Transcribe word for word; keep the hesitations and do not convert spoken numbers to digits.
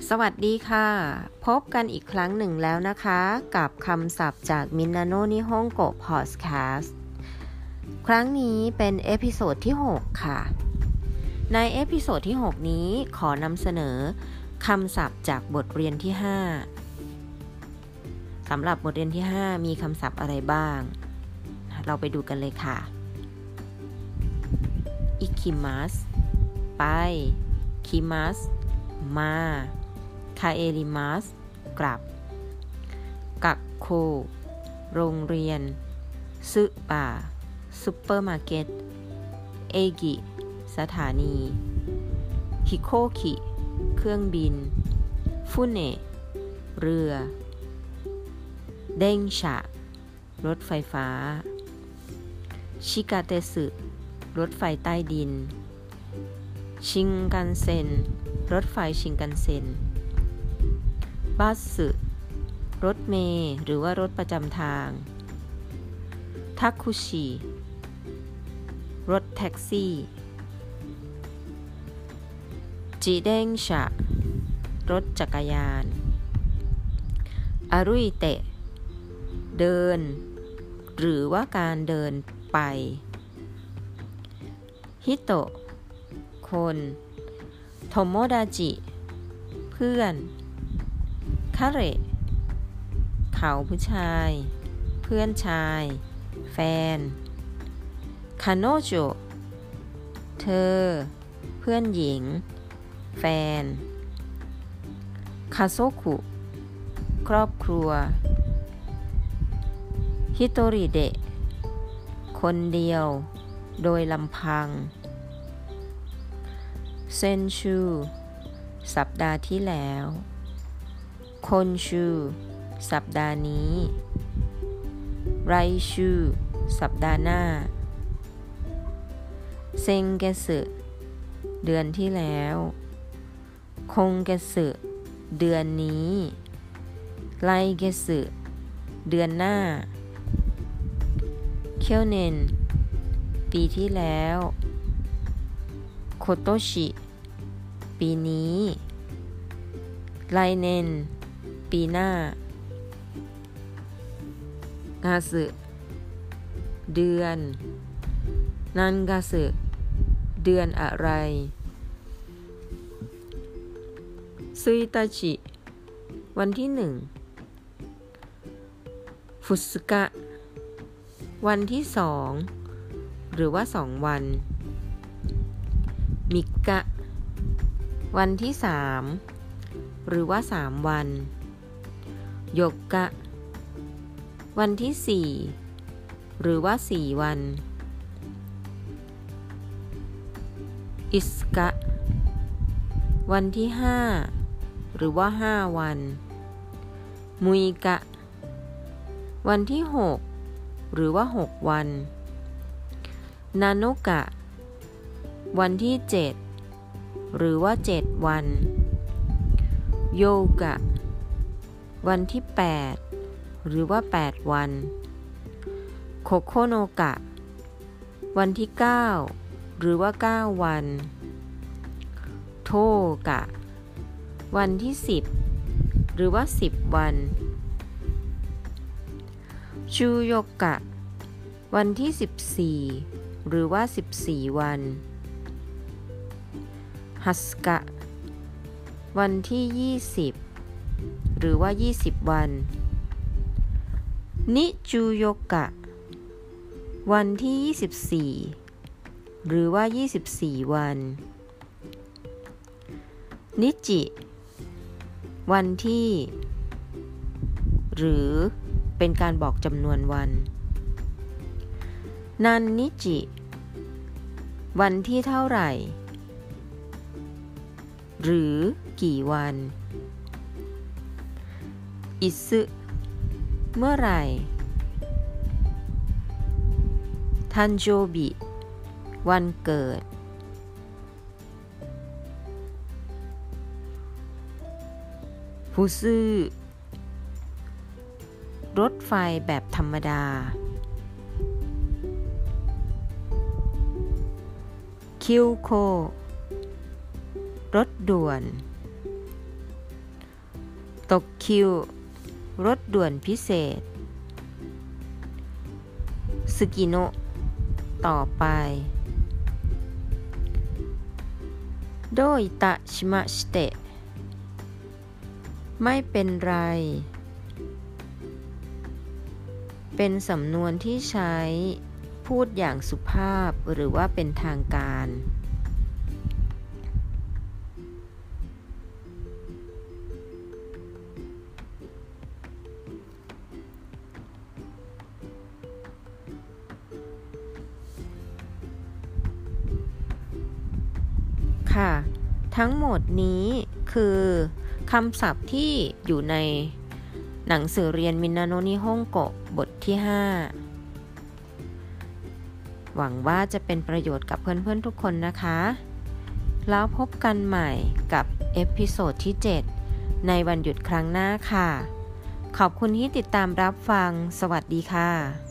สวัสดีค่ะพบกันอีกครั้งหนึ่งแล้วนะคะกับคำศัพท์จากมินาโนนิฮงโกะพอดแคสต์ครั้งนี้เป็นเอพิโซดที่หกค่ะในเอพิโซดที่หกนี้ขอนำเสนอคำศัพท์จากบทเรียนที่ห้าสำหรับบทเรียนที่ห้ามีคำศัพท์อะไรบ้างเราไปดูกันเลยค่ะอิคิมัสไปคิมัสมาคาเอริมัสกลับกักโคโรงเรียนซึบะซุปเปอร์มาร์เก็ตเอกิสถานีฮิโคคิเครื่องบินฟุเนะเรือเด้งชะรถไฟฟ้าชิกาเตสึรถไฟใต้ดินชิงกันเซ็นรถไฟชิงกันเซ็นบัสสึรถเมล์หรือว่ารถประจำทางทักคุชิรถแท็กซี่จิเด้งชะรถจักรยานอารุยเตะเดินหรือว่าการเดินไปฮิโตะคนโทโมดาจิเพื่อนคาเระเขาผู้ชายเพื่อนชายแฟนคาโนโจเธอเพื่อนหญิงแฟนคาโซคุครอบครัวฮิโตริเดะคนเดียวโดยลำพังเซนชูสัปดาห์ที่แล้วคอนชูสัปดาห์นี้ไรชูสัปดาห์หน้าเซ็งเกสึเดือนที่แล้วคงเกสึเดือนนี้ไลเกสึเดือนหน้าเคียวเนนปีที่แล้วโคโตชิปีนี้ไลเนนปีหน้างาสึเดือนนันกาสึเดือนอะไรซุยตาชิวันที่หนึ่งฟุสึกะวันที่สองหรือว่าสองวันมิกะวันที่สามหรือว่าสามวันโยกะวันที่สี่หรือว่าสี่วันอิสกะวันที่ห้าหรือว่าห้าวันมุยกะวันที่หกหรือว่าหกวันนาโนกะวันที่เจ็ดหรือว่าเจ็ดวันโยกะวันที่แปดหรือว่าแปดวันโคโคโนกะวันที่เก้าหรือว่าเก้าวันโทกะวันที่สิบหรือว่าสิบวันชูโยกะวันที่สิบสี่หรือว่าสิบสี่วันฮัสกะวันที่ยี่สิบหรือว่ายี่สิบวันนิจูโยกะวันที่ยี่สิบสี่หรือว่ายี่สิบสี่วันนิจิวันที่หรือเป็นการบอกจำนวนวันนันนิจิวันที่เท่าไหร่หรือกี่วันอิสึเมื่อไหร่ทันโจบิวันเกิดฟุซึรถไฟแบบธรรมดาคิวโครถด่วนตกคิวรถด่วนพิเศษสึกิโนะต่อไปโดยตะชิมะชิเตะไม่เป็นไรเป็นสำนวนที่ใช้พูดอย่างสุภาพหรือว่าเป็นทางการค่ะทั้งหมดนี้คือคำศัพท์ที่อยู่ในหนังสือเรียนมินาโนะนิฮงโกะบทที่ห้าหวังว่าจะเป็นประโยชน์กับเพื่อนๆทุกคนนะคะแล้วพบกันใหม่กับเอพิโซดที่เจ็ดในวันหยุดครั้งหน้าค่ะขอบคุณที่ติดตามรับฟังสวัสดีค่ะ